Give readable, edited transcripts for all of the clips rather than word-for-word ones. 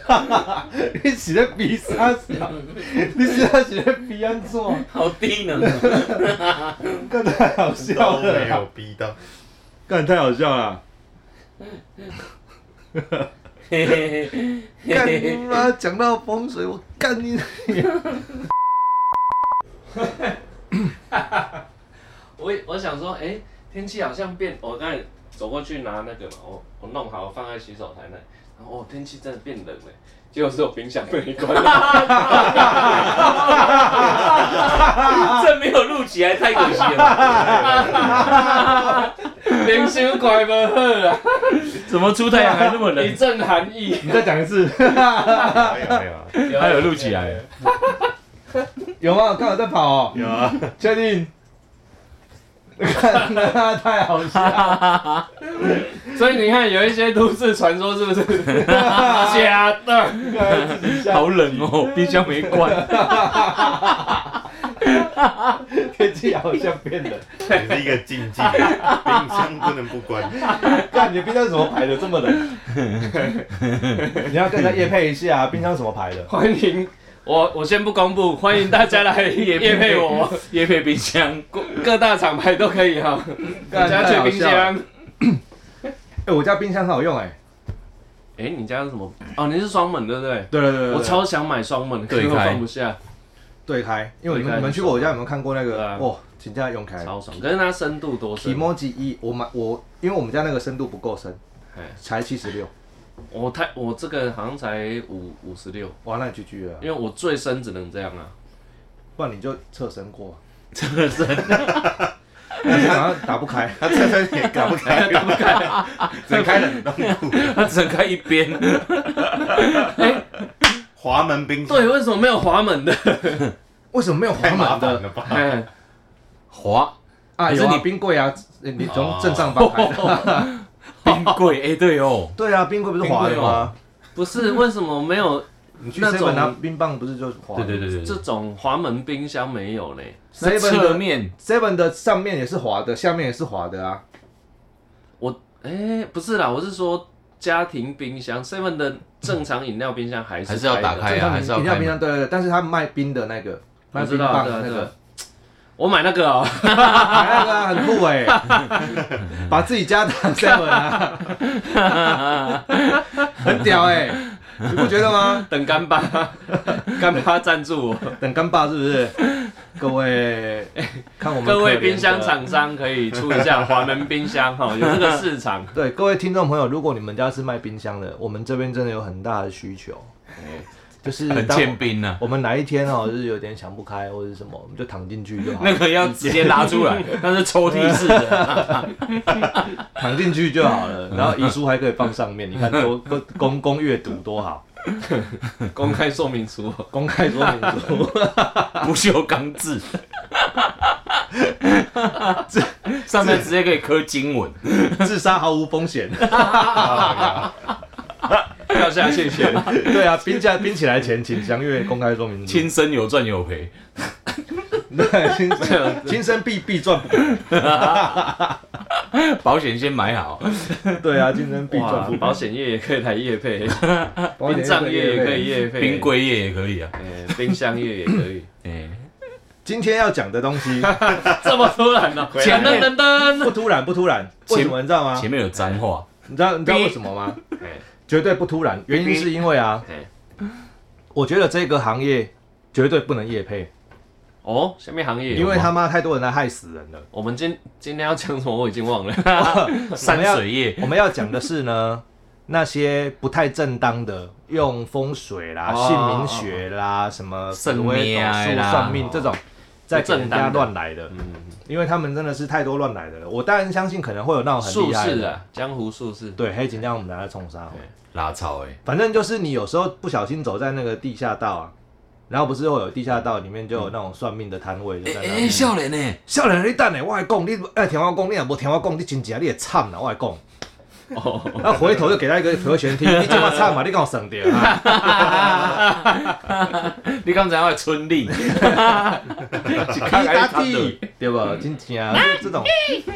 你是在比啥小？你现在是在比安怎？ 好低能， 干太好笑了， 都没有逼到， 干太好笑了。干你妈！讲到风水，我干你！ 我想说，天气好像变，我刚才走过去拿那个嘛，我弄好放在洗手台那，然后天气真的变冷了，结果是我冰箱被你关了，这没有录起来太可惜了，冰箱关不好啊， 怎么出太阳还那么冷？ 一阵寒意， 你再讲一次。 没有， 还有录起来， 有吗？刚好在跑哦。 有啊， 确定？看，那太好笑了。 所以你看有一些都市传说是不是假的？ 好冷哦，冰箱没关。 天气好像变冷。 也是一个禁忌，冰箱不能不关。 看你的冰箱是什么牌的这么冷？你要跟他业配一下，冰箱什么牌的？ 欢迎我先不公布，欢迎大家来业配我， 业配冰箱， 各大厂牌都可以哈。家具冰箱。 我家冰箱很好用你家是什么？哦，你是双门对不对？ 对我超想买双门，可是我放不下。 对开，因为你们去过我家有没有看过那个？哇，请假用开， 超爽。可是它深度多深 ？Kimoji 我因为我们家那个深度不够深，才76。 我这个好像才56。 哇，那你GG了。 因为我最深只能这样啊， 不然你就侧身过。 侧身， 但是好像打不开， 他侧身也打不开， 打不开， 只能开冷冻库， 它只能开一边。 滑门冰箱。 对，为什么没有滑门的？ 为什么没有滑太麻门的？ 烦了吧？ 滑啊，有啊，冰柜啊，你从正上方开的。 冰柜，对哦。 对啊，冰柜不是滑的吗？ 不是，为什么没有？ 你去 7拿冰棒不是就是滑？ 对。 这种滑门冰箱没有呢。 侧面 7的上面也是滑的，下面也是滑的啊。 不是啦，我是说家庭冰箱，7的正常饮料冰箱还是要打开啊，还是要饮料冰箱对，但是他卖冰的那个，卖冰棒那个。 我买那个买那个很酷哎，把自己家当 7啊，很屌哎，你不觉得吗？ 等干爸，干爸赞助我， 等干爸是不是？各位，看我们各位冰箱厂商可以出一下滑门冰箱哈，有这个市场。 对，各位听众朋友，如果你们家是卖冰箱的，我们这边真的有很大的需求。就是很欠冰啊！ 我们哪一天就是有点想不开或者什么，我们就躺进去就好。 那个要直接拉出来，那是抽屉式的， 躺进去就好了。然后遗书还可以放上面，你看多供阅读多好。 公开说明书， 公开说明书， 不锈钢字，上面直接可以刻经文， 自杀毫无风险。 掉下去钱， 对啊，冰起来前请详阅公开说明书。 亲生有赚有赔， 对，亲生必赚。 保险先买好。 对啊，亲生必赚。 保险业也可以来业配， 殡殡葬业也可以业配， 冰柜业也可以啊， 冰箱业也可以。 今天要讲的东西这么突然呢？前噔不突然，为什么你知道吗？ 前面有脏话， 你知道为什么吗？绝对不突然，原因是因为啊，我觉得这个行业绝对不能业配。 哦，下面行业因为他妈太多人来害死人了。 我们今天要讲什么我已经忘了。 山水业， 我们要讲的是呢，那些不太正当的用风水啦、姓名学啦、什么算命啦、算命这种，在给人家乱来的。因为他们真的是太多乱来的了。我当然相信可能会有那种很厉害的江湖术士， 对，黑警让我们拿来冲杀。 拉草反正就是你有时候不小心走在那个地下道啊，然后不是会有地下道里面就有那种算命的摊位，就在那里。 少年呢？ 少年你等下，我来讲，你爱听我讲，你若无听我讲，你真正你会惨啦！我来讲。然后回头就给他一个和弦听，你这么惨嘛？你敢有算到啊？ 你刚才我春丽， 一打地对不？真正这种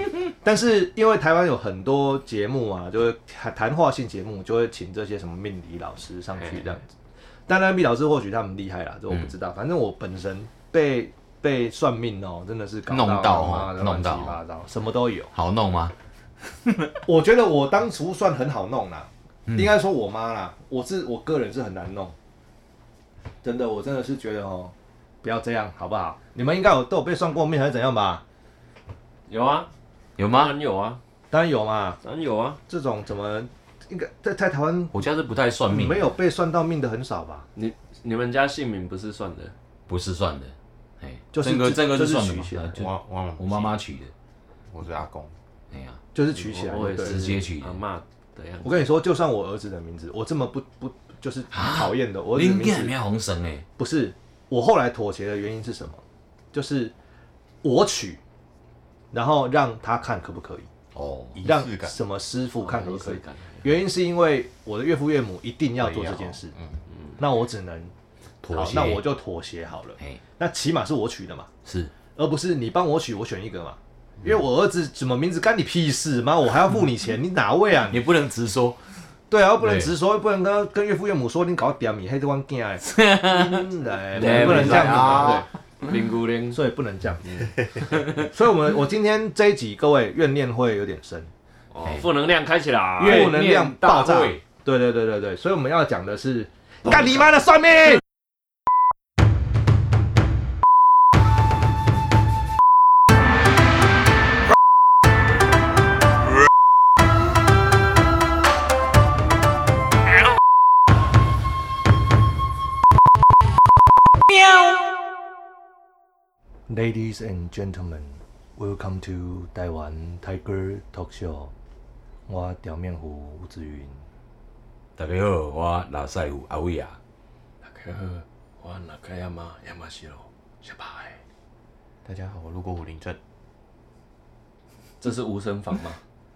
但是因为台湾有很多节目啊，就会谈话性节目，就会请这些什么命理老师上去这样子。当然，命理老师或许他们厉害啦，这我不知道。反正我本身被算命哦，真的是搞到乱七八糟，什么都有。 好弄吗？ 我觉得我当初算很好弄啦，应该说我妈啦，我个人是很难弄。真的，我真的是觉得哦，不要这样好不好？你们应该都有被算过命还是怎样吧？ 有啊， 有吗？ 当然有啊， 当然有嘛， 当然有啊。 这种怎么应该在台湾？ 我家是不太算命， 没有被算到命的很少吧？ 你们家姓名不是算的？ 不是算的，哎， 就是这个是算的取起来， 我妈妈取的， 我是阿公， 哎呀， 就是取起来， 我也是直接取的阿嬷的样子。 我跟你说，就算我儿子的名字，我这么不就是讨厌的，我儿子的名字你红绳哎， 不是。我后来妥协的原因是什么？就是我取，然后让他看可不可以， 哦， 让什么师傅看可不可以。原因是因为我的岳父岳母一定要做这件事，那我只能妥协， 那我就妥协好了。那起码是我取的嘛， 是， 而不是你帮我取，我选一个嘛。因为我儿子什么名字干你屁事妈，我还要付你钱，你哪位啊？ 你不能直说。 对啊，又不能直说，又不能跟岳父岳母说你搞点米黑这关囝哎，不能这样子， 对，零古零， 所以不能这样。所以我今天这一集各位怨念会有点深， 负能量开起来， 负能量爆炸。对，所以我们要讲的是干你妈的算命。Ladies and gentlemen, welcome to 台湾 Tiger Talk Show。我表面虎吴子云。 大家好，我拉塞虎阿伟啊。 大家好，我那开亚马西罗小白。 大家好，我路过武林镇。 这是无声房吗？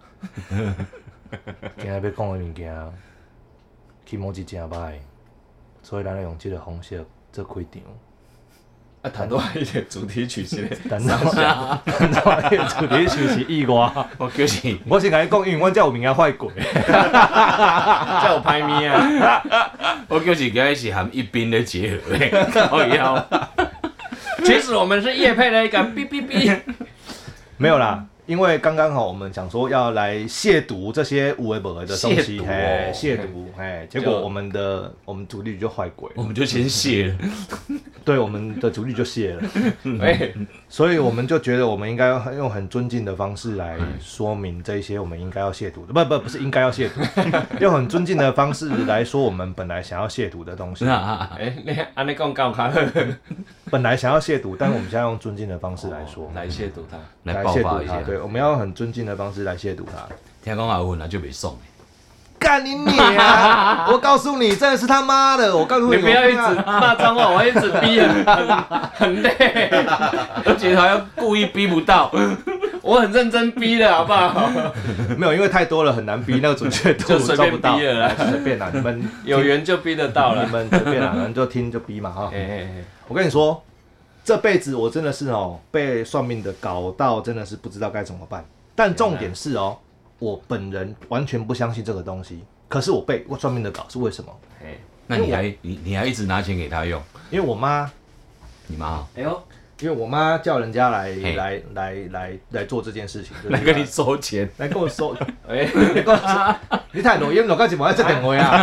今日要讲的物件，起毛是真歹，所以咱要用这个方式做开场。 啊，谈到迄个主题曲是咧， 谈到迄个主题曲是意外。 我就是我是甲你讲，因为阮遮有名啊坏鬼， 叫我拍咪啊！ 我就是今日是含一边的结合的，靠腰。 其实我们是业配的一个哔哔哔， 没有啦。因为刚刚好，我们想说要来亵渎这些无为不为的东西，亵渎，结果我们主力就坏鬼， 我们就先谢了， 对，我们的主力就谢了，所以我们就觉得我们应该用很尊敬的方式来说明这些我们应该要亵渎的，不是应该要亵渎，用很尊敬的方式来说我们本来想要亵渎的东西。 你安尼讲够卡本来想要亵渎，但我们现在用尊敬的方式来说， 来亵渎他， 来爆发一下。 对，我们要用很尊敬的方式来亵渎他。 听讲阿文啊就袂爽干你娘啊！我告诉你，真的是他妈的！我告诉你， 你不要一直骂脏话，我一直逼很累， 而且还要故意逼不到， 我很认真逼的好不好？ 没有，因为太多了很难逼，那个准确度就随便逼了啦， 随便啦，你们有缘就逼得到了， 你们随便啦，人就听就逼嘛哈。我跟你说，这辈子我真的是被算命的搞到，真的是不知道该怎么办。但重点是我本人完全不相信这个东西，可是我被算命的搞是为什么？ 那你还一直拿钱给他用？ 因为我妈， 你妈？ 哎呦， 因为我妈叫人家来做这件事情， 来跟你收钱， 来跟我收，你太录音录到一半要接电话啊！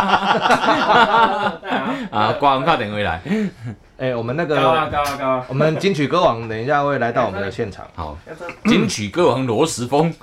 啊，挂完靠电话来。 我们那个高啊！ 我们金曲歌王等一下会来到我们的现场。 好，金曲歌王罗时丰。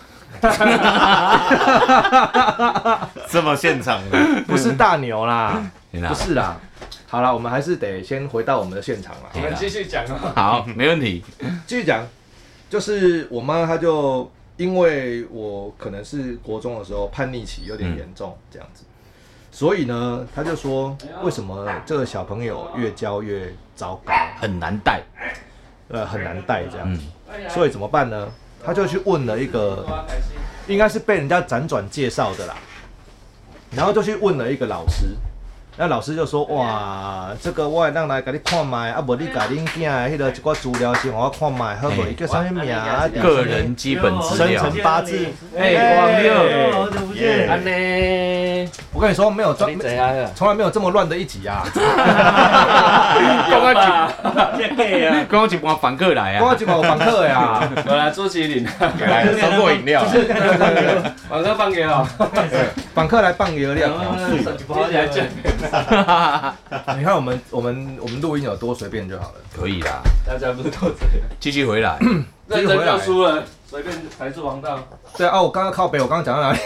这么现场的， 不是大牛啦， 不是啦。好了，我们还是得先回到我们的现场啦。 我们继续讲啊。 好，没问题。 继续讲，就是我妈她就因为我可能是国中的时候叛逆期有点严重这样子，所以呢，她就说为什么这个小朋友越教越糟糕， 很难带， 很难带这样子，所以怎么办呢？他就去问了一个，应该是被人家辗转介绍的啦，然后就去问了一个老师， 那老师就说哇，这个我让来给你看卖，啊，无你甲恁囝的迄个一寡资料先我看卖，好无？伊叫啥物名啊？ 个人基本资生料。 辰八字。 网友， 好久不见。 安呢？ 我跟你说，没有你怎样啊？ 从来没有这么乱的一集啊！ 刚刚刚刚一帮访客来啊， 刚刚有访客呀， 我来朱麒麟， 来收过饮料。 访客放给我， 访客来放油量。 接起来讲， 你看我们录音有多随便就好了。 可以啦， 大家不是都这样？ 继续回来。 认真就输了，随便台柱王道。 对啊，我刚刚靠北，我刚刚讲到哪里？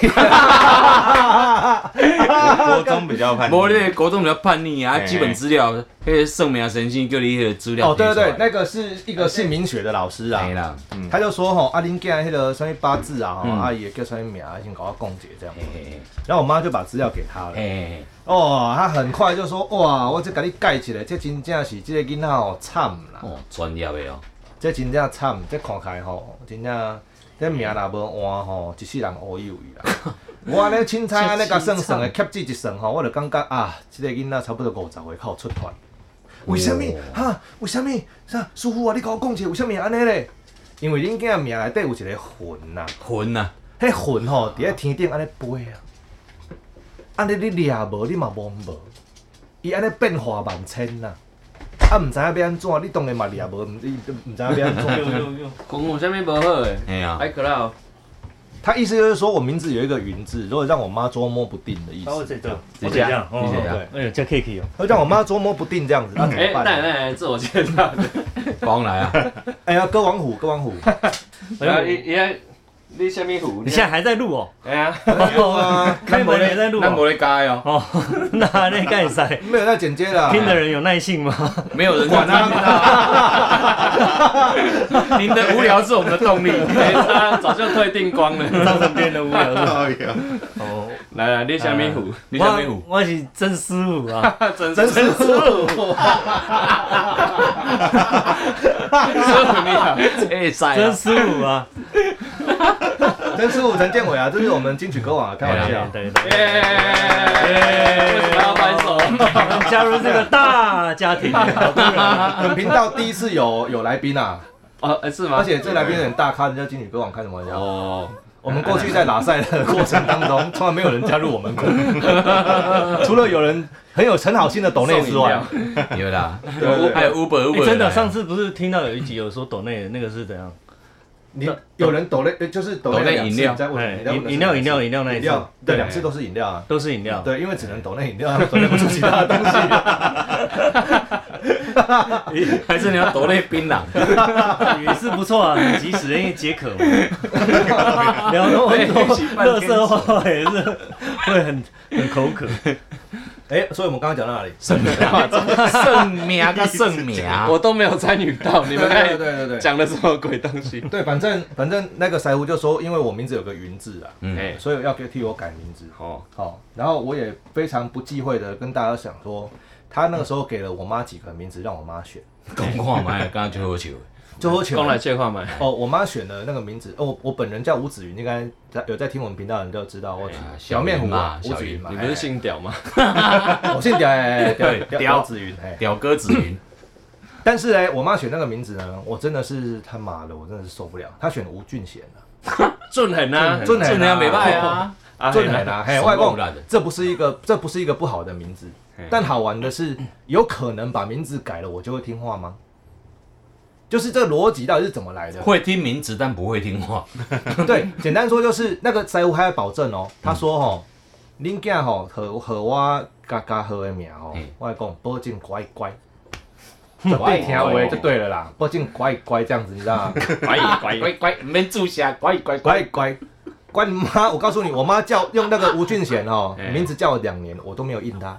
国中比较叛逆。 无你国中比较叛逆啊，基本资料，迄个圣明神仙叫你迄个资料。 哦，对对对，那个是一个姓名学的老师啊， 啦， 他就说吼，恁囝迄个什么八字啊，吼，阿姨叫什么名，先搞我讲解这样。然后我妈就把资料给他了。哦，他很快就说，哇，我这给你改一下，这真正是这个囡仔哦惨啦。 哦，专业的哦。 这真正惨，这看起来吼，真正这命若无换吼，一世人乌有伊啦。我安尼凊彩安尼甲算的掐指一算吼，我就感觉啊，这个囡仔差不多50岁较有出团。为什么？哈？为什么？啥？师傅啊，你甲我讲一下，为什么安尼咧？因为恁囝命内底有一个魂呐。 魂呐， 迄魂吼，伫咧天顶安尼飞啊。安尼你掠无，你嘛摸无，伊安尼变化万千呐。啊，唔知影要安怎，你当然嘛掠无，你唔知影要安怎。 公有啥物无好诶？ 哎呀， 还可啦。 他意思就是说我名字有一个云字，如果让我妈捉摸不定的意思。 哦，这这样， 对， 哎呦，叫 Kiki 哦。 会让我妈捉摸不定这样子，那怎么办？ 来，自我介绍。 光来啊！ 哎呀，歌王虎，歌王虎。 你什么虎？ 你现在还在录哦？ 哎呀， 开门也在录咱无哦。 咧改哦， 哦，那那该塞。 没有在剪接啦。 听的人有耐性吗？ 没有人管他。您的无聊是我们的动力。 他早就退订光了。 造成别人的无聊。 哦， 来，你什么虎？ 你什么虎？ 我是真师傅啊， 真真师傅。 师傅你好， 哎塞真师傅啊。 真师傅陈建伟啊，这是我们金曲歌王啊，开玩笑。 对。 为什么要拍手？ 加入这个大家庭。 本频道第一次有来宾啊， 哦，是吗？ 而且这来宾有点大咖，人家金曲歌王开什么玩笑？ 哦， 我们过去在拉赛的过程当中，从来没有人加入我们过，除了有人很有很好心的抖内之外， 有啦， 对还有 Uber 真的，上次不是听到有一集有说抖内那个是怎样？ 你有人抖内就是抖内饮料， 在问饮料那一次， 对，2次都是饮料啊， 都是饮料。 对，因为只能抖内饮料，抖内不出其他的东西。 还是你要抖内槟榔？ 也是不错啊，很及时，因为解渴嘛。聊那么多垃圾话也是会很口渴。 哎，所以我们刚刚讲到哪里？ 圣名跟圣名， 我都没有参与到，你们对讲的什么鬼东西？ 对，反正那个腮胡就说，因为我名字有个云字啊，所以要替我改名字。好，然后我也非常不忌讳的跟大家讲说，他那个时候给了我妈几个名字让我妈选。 讲看嘛，刚刚就好笑。 就好巧， 讲来借话买。 哦，我妈选的那个名字，我本人叫吴子云，应该有在听我们频道的人都知道，我小面虎啊，吴子云嘛。 你不是姓屌吗？ 我姓屌，屌子云， 屌哥子云。 但是呢，我妈选那个名字呢，我真的是他妈的，我真的是受不了。她选吴俊贤啊， 俊很啊， 俊很啊，没办啊， 俊很啊，嘿，外公，这不是一个不好的名字，但好玩的是，有可能把名字改了，我就会听话吗？就是这个逻辑到底是怎么来的？ 会听名字，但不会听话。 对，简单说就是那个腮胡还要保证哦，他说吼，恁囝吼和我家好的名吼，我来讲保证乖乖，对听话就对了啦，保证乖乖这样子，你知道吗？ 乖，唔免注下，乖。 关你妈！我告诉你，我妈用那个吴俊贤哦，名字叫了2年，我都没有应她。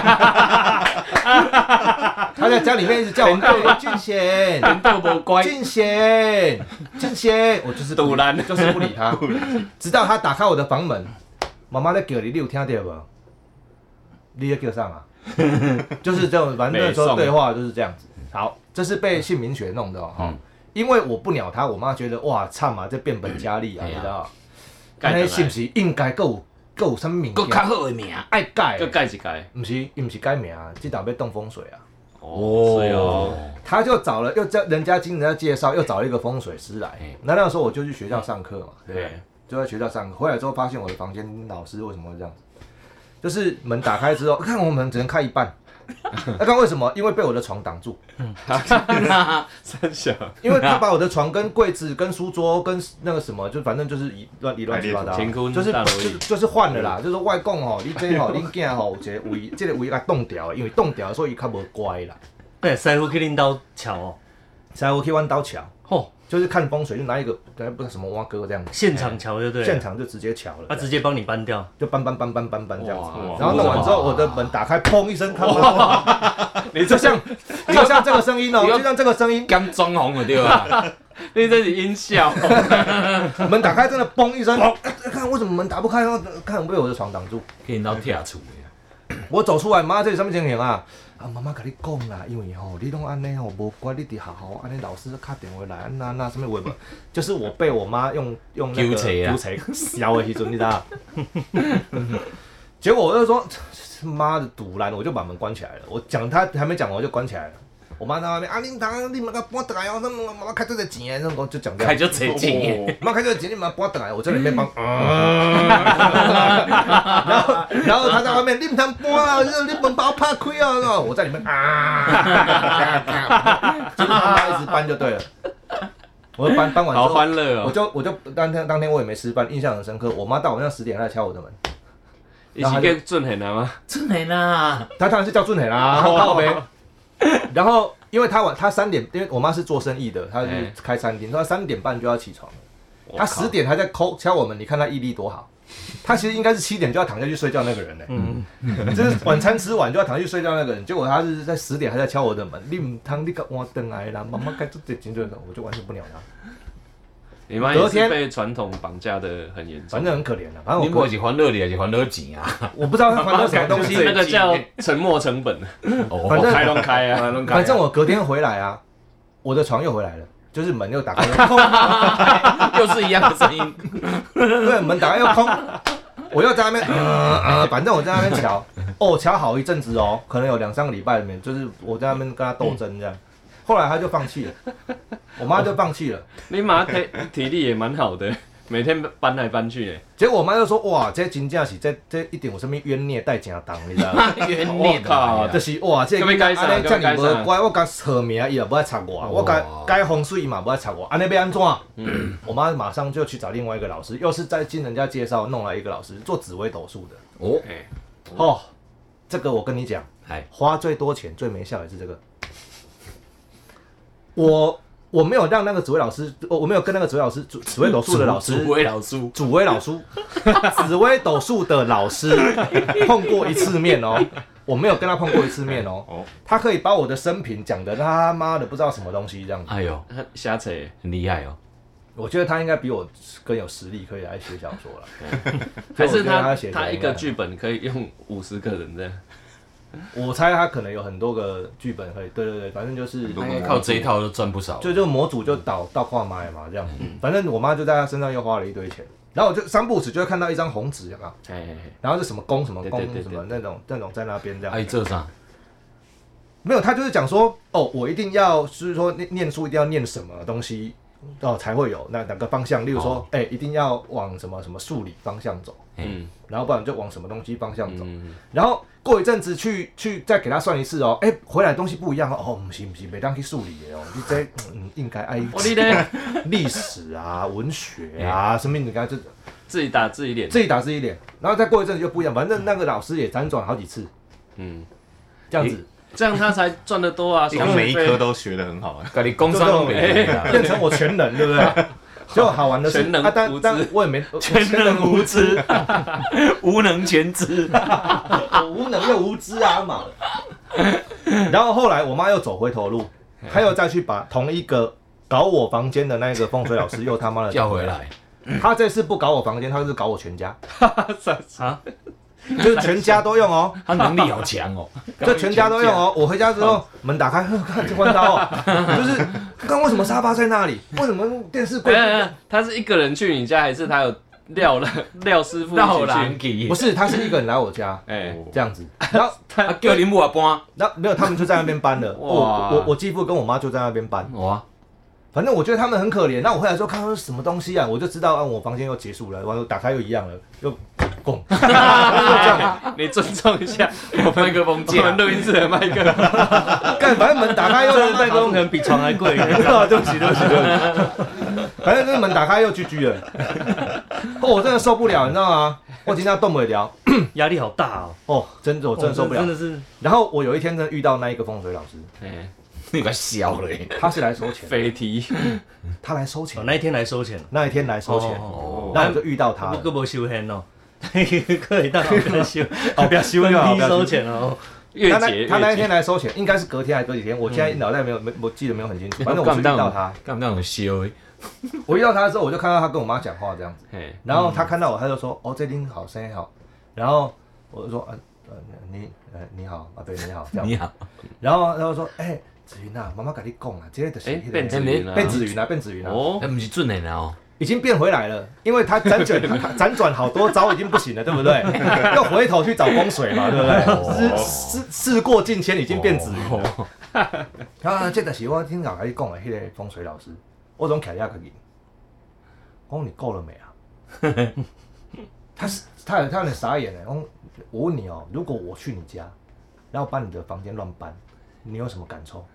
她在家里面一直叫我俊贤，俊贤，我就是堵拦， 就是不理她。直到她打开我的房门，妈妈在叫你，你有听到无？你在叫上啊？就是这种，反正那时候对话就是这样子。好，这是被姓名学弄的哦。因为我不鸟她，我妈觉得哇，惨嘛，这变本加厉啊，你知道？那是不是应该够搁有啥物物搁较好的名。 爱改就，盖一盖。 不是，伊不是改名啊，这道要动风水啊。 哦，是哦。 他就找了，又叫人家经人家介绍，又找了一个风水师来。那个时候我就去学校上课嘛，对不对？就在学校上课，回来之后发现我的房间老师为什么会这样子？就是门打开之后，看我们只能开一半。那看为什么？因为被我的床挡住。 三小。 因为他把我的床跟柜子、跟书桌、跟那个什么，就反正就是乱七八糟，就是换了啦。就是外公吼，你这吼，恁囝吼，有一个位，这个位给冻掉的，因为冻掉的，所以伊较无乖啦。 对，师傅去恁兜瞧哦， 师傅去阮兜瞧， 吼， 就是看风水，就拿一个不知道什么蛙哥这样， 现场瞧就对了， 现场就直接瞧了， 他直接帮你搬掉， 就搬这样子，然后弄完之后，我的门打开，砰一声，看你就像这个声音哦，就像这个声音， 刚装潢了对吧？ 你这是音效。 门打开真的嘣一声，看为什么门打不开？看被我的床挡住， 可以到跳厝的。 我走出来，妈，这是什么情形啊？啊，妈妈跟你讲啦，因为吼，你拢安尼吼，无乖，你伫学校安尼老师打电话来，那什么话无？就是我被我妈用那个纠缠咬的时阵，你知道？结果我就说，妈的堵拦，我就把门关起来了。我讲他还没讲完，我就关起来了。我妈在那边啊，你们个搬回来哦，妈妈开这个钱，那种就讲这样。 开就这钱， 妈开这个钱，你们搬回来，我在里面帮。然后他在外面，你唔通搬啊，你门把我拍开啊，我在里面就是他妈一直搬就对了。我搬完之后， 好欢乐哦。 我就当天我也没吃饭，印象很深刻。我妈到晚上10点来敲我的门。 一起跟俊恒啊吗？ 真的啦， 他当然是叫俊恒啦，靠呗。然后，因为他3点，因为我妈是做生意的，她是开餐厅，她3点半就要起床了。她10点还在敲我们，你看她毅力多好。她其实应该是7点就要躺下去睡觉那个人呢，就是晚餐吃完就要躺下去睡觉那个人，结果她是在10点还在敲我的门，你唔通你个换灯来啦，妈妈该做这紧对的，我就完全不鸟她。 你妈也是被传统绑架的很严重， 反正很可怜啊。反正你不是还乐你还是还乐钱啊？ 我不知道他还乐什么东西， 那个叫沉没成本。 反正开拢开啊， 反正我隔天回来啊，我的床又回来了，就是门又打开又空， 又是一样的声音。 对，门打开又空，我又在那边反正我在那边瞧，瞧好一阵子哦，可能有2-3个礼拜里面，就是我在那边跟他斗争这样。后来他就放弃了，我妈就放弃了。 你妈体力也蛮好的，每天搬来搬去的。 结果我妈就说：“哇，这真正是这一定有什么冤孽带正当，你知道吗？ 冤孽靠，就是哇，这安尼这么无乖，我甲错名伊也不爱插我，我甲改风水嘛不爱插我，安尼要安怎？我妈马上就去找另外一个老师，又是在经人家介绍弄来一个老师做紫微斗数的。这个我跟你讲，花最多钱最没效也是这个。我没有让那个紫微老师，我没有跟那个紫微老师紫微斗数的老师，紫微斗数的老师碰过一次面哦，我没有跟他碰过一次面哦。他可以把我的生平讲的他妈的不知道什么东西这样子。 哎呦， 瞎扯， 很厉害哦。 我觉得他应该比我更有实力，可以来写小说了。 还是他一个剧本可以用50个人这样。 我猜他可能有很多个剧本可以，对，反正就是靠这一套就赚不少。 就模组就倒挂买嘛，这样。反正我妈就在他身上又花了一堆钱，然后我就3部曲就会看到一张红纸，有没有？然后是什么宫什么宫什么那种在那边这样。 这啥？ 没有，他就是讲说，我一定要就是说念书一定要念什么东西才会有哪个方向，例如说，一定要往什么数理方向走，然后不然就往什么东西方向走，然后过一阵子去再给他算一次哦，回来的东西不一样哦，不是，每当去数理的哦，你这应该爱历史啊、文学啊什么，你看就自己打自己脸， 然后再过一阵子就不一样，反正那个老师也辗转好几次，这样子。 这样他才赚得多啊！ 他每一科都学得很好啊， 跟你工商都没变成我全能，对不对？就好玩的是，但我也没全能无知，无能全知， 我无能又无知啊嘛。然后后来我妈又走回头路，她又再去把同一个搞我房间的那个风水老师又他妈的叫回来。 他这次不搞我房间，他是搞我全家。就是全家都用哦， 他能力好强哦， 就全家都用哦。我回家之后门打开，看这关刀哦，就是看为什么沙发在那里，为什么电视柜？ 他是一个人去你家，还是他有廖师傅绕一起去， 人去不，是，他是一个人来我家哎， 这样子，然后啊叫你母啊搬， 然后没有，他们就在那边搬了。 哇我继父跟我妈就在那边搬。 哇， 反正我觉得他们很可怜。那我回来之后看到是什么东西啊，我就知道我房间又结束了，完了打开又一样了，又拱，就这样。 你尊重一下麦克风我们录音室的麦克风。 干，反正门打开又这个麦克风可能比床还贵。 对不起，对不起，对不起。反正这个门打开又居了，我真的受不了，你知道吗？我今天要动不了， 压力好大哦。 我真的受不了真。的是然后我有一天真的遇到那一个风水老师， 哎， 你个笑嘞， 他是来收钱， 飞踢， 他来收钱， 那一天来收钱， 那一天来收钱， 哦然后我就遇到他了。 我没收钱哦，可以大好跟收， 哦，不要修就好， 分批收不要修。 钱哦。 越他结越结。 那一天来收钱，应该是隔天还是隔几天，我现在脑袋没有，我记得没有很清楚。反正我是遇到他， 干那种笑的， 我遇到他之后，我就看到他跟我妈讲话这样子， 嘿， 然后他看到我，他就说：“哦，这丁好，声音好。”然后我就说：“你好，阿伯你好。”这样。 你好， 然后他就说：“子云啊，妈妈跟你讲啊，这个就是哎，变子子云了， 变子云啊，变子云啊， 哦那，不是准的呢哦， 已经变回来了，因为他辗转好多招已经不行了，对不对？又回头去找风水嘛，对不对？事过境迁，已经变子云了。啊，这就是我听老跟你讲的迄个风水老师，我总徛遐去。我说你够了没啊？他有点傻眼哎。我问你哦，如果我去你家，然后把你的房间乱搬，你有什么感受？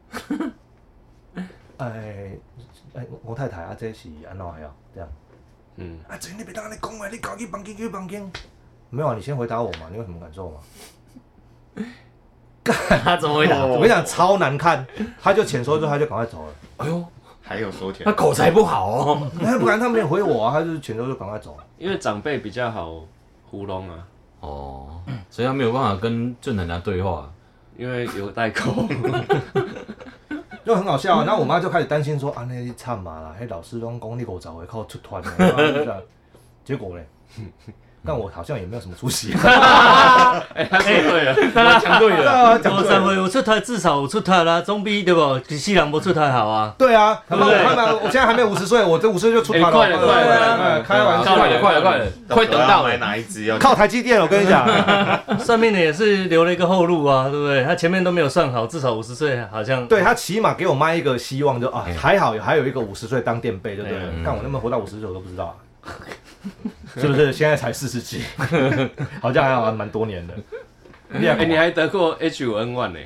我太太啊，这是安怎呀？这样。 嗯， 啊，这你别当你讲话，你搞去房间去房间。没有啊，你先回答我嘛，你有什么感受吗？ 他怎么回答？ 我跟你讲，超难看。他就钱收之后，他就赶快走了。 哎呦， 还有收钱他，口才不好哦。 不然他没有回我啊，他就是钱收就赶快走了。 因为长辈比较好糊弄啊， 哦，所以他没有办法跟正能量对话。 因为有代沟。 就很好笑啊。然后我妈就开始担心说：“啊，那你惨嘛啦，迄老师拢讲你50岁靠出团的。”结果嘞，但我好像也没有什么出息。 哎，他说对了， 他讲对了， 我才会有出台，至少有出台啦，总比对不？死人无出台好啊。 对啊，他们对不对我现在还没50岁，我这50岁就出团了。 快了快了开玩笑。 快了，快了，快了，快等到买了。 哪一只要靠台积电，我跟你讲。 算命的也是留了一个后路啊，对不对？他前面都没有算好，至少50岁好像。 对他起码给我妈一个希望，就啊还好还有一个50岁当垫背，就对了。 嗯看我能不能活到50岁我都不知道啊，是不是？现在才40几，好像还蛮多年的。 你还得过 H5N1 呢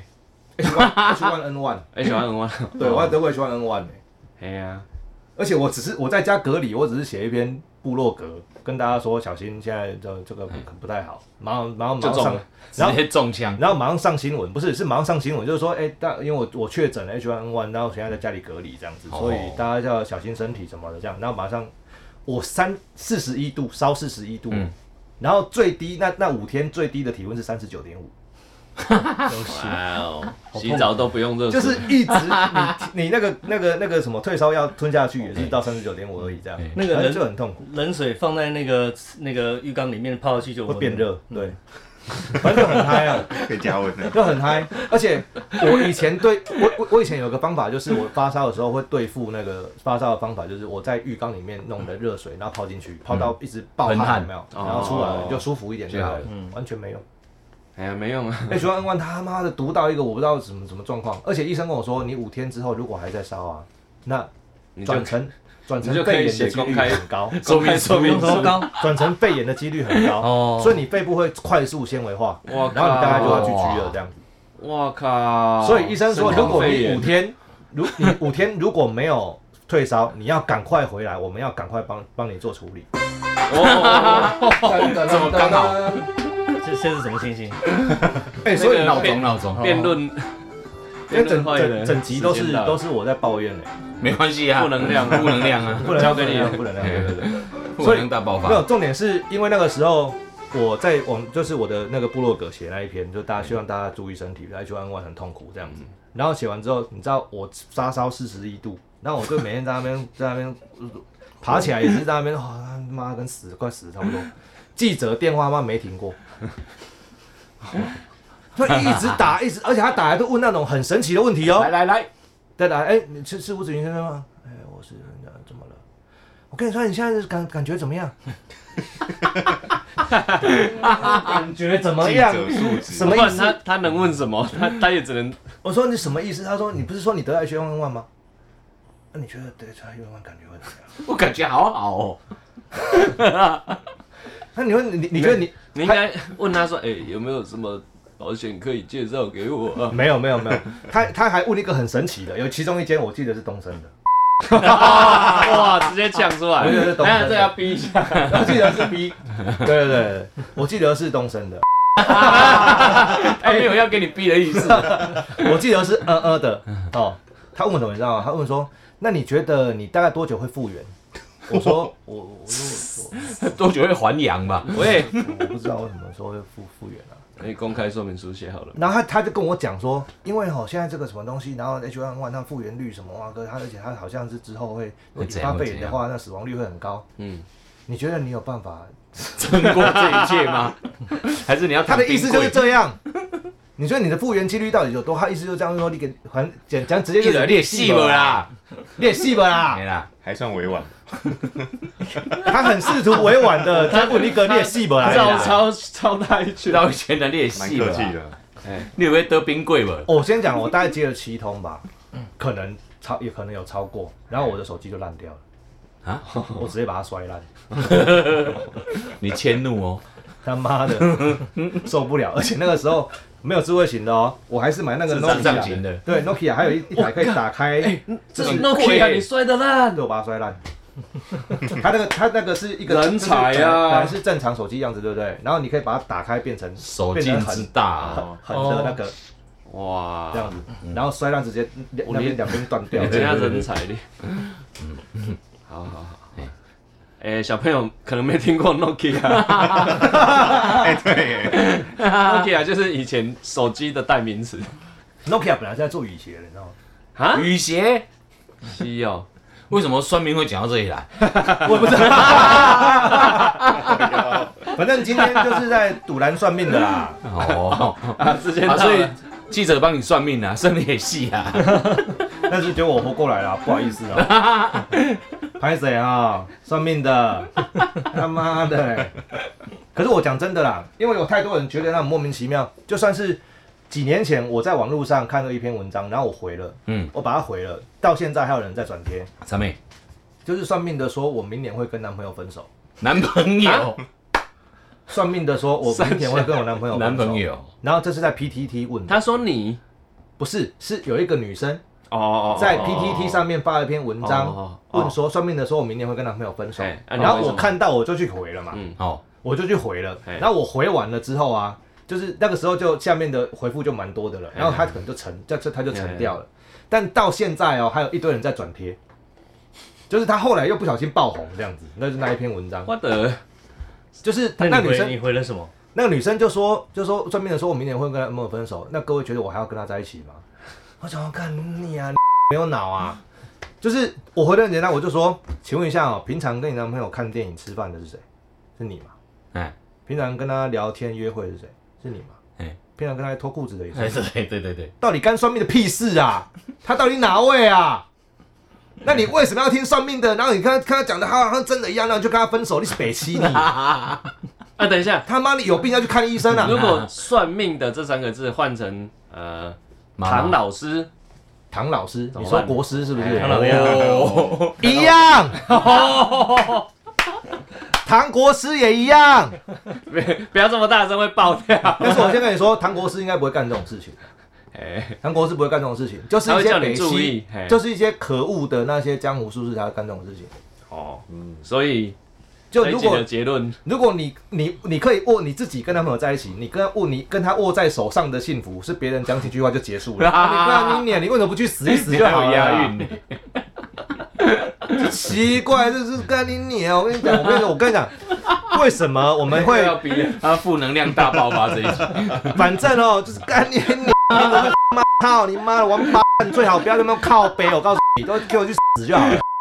H1N1， ，H1N1， 对我还得过 H1N1 呢。 哎呀， 而且我在家隔离，我只是写一篇部落格，跟大家说小心现在这个不太好，马上上就中了， 直接中枪。 然后马上上新闻，不是马上上新闻，就是说，因为我确诊了 H1N1，然后现在在家里隔离这样子，所以大家要小心身体什么的这样。然后马上我41度，烧41度，然后最低那5天最低的体温是39.5。 哇哦，洗澡都不用热水， 就是一直你那个什么退烧药吞下去也是到39.5而已这样， 那个人就很痛苦， 冷水放在那个浴缸里面泡下去就会变热，对，反正就很嗨啊。 可以加温的。 就很嗨，而且我以前我以前有个方法，就是我发烧的时候会对付那个发烧的方法，就是我在浴缸里面弄的热水，然后泡进去，泡到一直爆汗，有没有？然后出来了就舒服一点就好了，完全没用。 哎呀，没用啊。 H1N1 他妈的毒到一个我不知道什么状况，而且医生跟我说，你5天之后如果还在烧啊，那转成肺炎的几率很高， 说明多高？ 转成肺炎的几率很高， 哦， 所以你肺部会快速纤维化， 哇靠然后你大概就要去居了这样子。 我靠！ 所以医生说，如果你 5 5天如果没有退烧，你要赶快回来，我们要赶快帮你做处理。 这么刚好？ 这是什么情形？ 所以闹钟， 辩论， 因为整集都是我在抱怨嘞， 没关系啊， 负能量负能量啊， 交给你负能量，对。 负能量大爆没有， 发。 重点是因为那个时候就是我的那个部落格写那一篇，就希望大家注意身体，H1N1很痛苦这样子。然后写完之后，你知道我发烧41度，然后我就每天在那边爬起来也是在那边，妈跟快死差不多。记者电话没停过，他一直打，而且他打来都问那种很神奇的问题哦。 来， 再打，你是吴子云先生吗？我是怎么了？ 我跟你说，你现在感觉怎么样？感觉怎么样？什么意思？ 他能问什么？他也只能。 我说你什么意思？他说你不是说你得 H1N1 吗？那你觉得得 H1N1 感觉会怎么样？ 我感觉好好哦。 那你觉得你应该问他说，有没有什么保险可以介绍给我？ 没有，他还问一个很神奇的，有其中一间我记得是东升的。 哇，直接讲出来！ 我记得是东升的， 这要逼一下。 我记得是 B， 对，我记得是东升的。 他没有要给你逼的意思。 我记得是的哦。他问我什么你知道吗？他问说，那你觉得你大概多久会复原？我说我多久会还阳吧？ 喂， 我不知道我什么时候会复原啊。 你公开说明书写好了。 然后他就跟我讲说，因为现在这个什么东西，然后 H1N1 它复原率什么哇哥，而且它好像是之后会引发肺炎的话，那死亡率会很高。你觉得你有办法撑过这一切吗？还是你要？ 他的意思就是这样。你说你的复原几率到底有多？他意思就是这样说，你给讲直接就列细了啦， 列细了啦， 没啦， 还算委婉。 他很试图委婉的再问一个列细了啦， 超大一圈， 绕一圈的列细了， 蛮客气的。 你有没有得冰柜吧？ 我先讲，我大概接了7通吧，可能也可能有超过，然后我的手机就烂掉了。 啊！ 我直接把它摔烂。 你迁怒哦！ 他妈的，受不了！而且那个时候没有智慧型的哦，我还是买那个 Nokia 型的。 对 ，Nokia 还有一台可以打开。 这是 Nokia，你摔得烂， 对，我把它摔烂。他那个是一个人才啊， 本来是正常手机样子，对不对？然后你可以把它打开变成手劲之大， 横的那个。 哇， 这样子，然后摔烂直接那边两边断掉， 人家人才的。好，小朋友可能没听过 Nokia， 对 ，Nokia 就是以前手机的代名词。 Nokia 本来是在做雨鞋的，你知道吗？ 啊，雨鞋？ 是哦。 为什么酸民会讲到这里来？ 我也不知道。反正今天就是在赌蓝算命的啦。 哦， 直接到了。 所以记者帮你算命啊，生你也戏啊。 但是结果我活过来了，不好意思啊。拍谁啊？算命的，他妈的！可是我讲真的啦，因为有太多人觉得那莫名其妙。就算是几年前我在网络上看到一篇文章，然后我回了，我把它回了，到现在还有人在转贴。 啥妹？ 就是算命的说我明年会跟男朋友分手。 男朋友？ 算命的说我明年会跟我男朋友分手。 男朋友？ 然后这是在 PTT 问的。 他说你不是，是有一个女生。在 PTT 上面发了一篇文章，问说算命的说我明年会跟男朋友分手，然后我看到我就去回了嘛，我就去回了，然后我回完了之后啊，就是那个时候就下面的回复就蛮多的了，然后他可能就他就沉掉了，但到现在哦，还有一堆人在转贴，就是他后来又不小心爆红这样子，那是那一篇文章， 我的， 就是那女生你回了什么？ 那个女生就说算命的说我明年会跟男朋友分手，那各位觉得我还要跟他在一起吗？我想要看你啊，没有脑啊！就是我回的很简单，我就说，请问一下哦，平常跟你男朋友看电影吃饭的是谁？是你嘛？平常跟他聊天约会的是谁？是你嘛？平常跟他脱裤子的也是。 对。 到底干算命的屁事啊？他到底哪位啊？那你为什么要听算命的？然后你看他讲的，他好像真的一样，然后就跟他分手，你是北七你？ 等一下， 他妈你有病要去看医生啊！ 如果算命的这3个字换成唐老师， 你说国师是不是？ 唐老鸭一样，唐国师也一样。 不要这么大声会爆掉。 但是我先跟你说，唐国师应该不会干这种事情。唐国师不会干这种事情，就是一些北西，就是一些可恶的那些江湖术士才会干这种事情。 所以就如果你可以握你自己跟男朋友在一起，你跟他握在手上的幸福，是别人讲几句话就结束了。你为什么不去死一死就好了？ 押韵呢？ 奇怪，这是干你娘！我跟你讲，为什么我们会他负能量大爆发这一集？ 反正就是干你娘！操你妈的王八蛋，最好不要那么靠背，我告诉你，都给我去死就好了。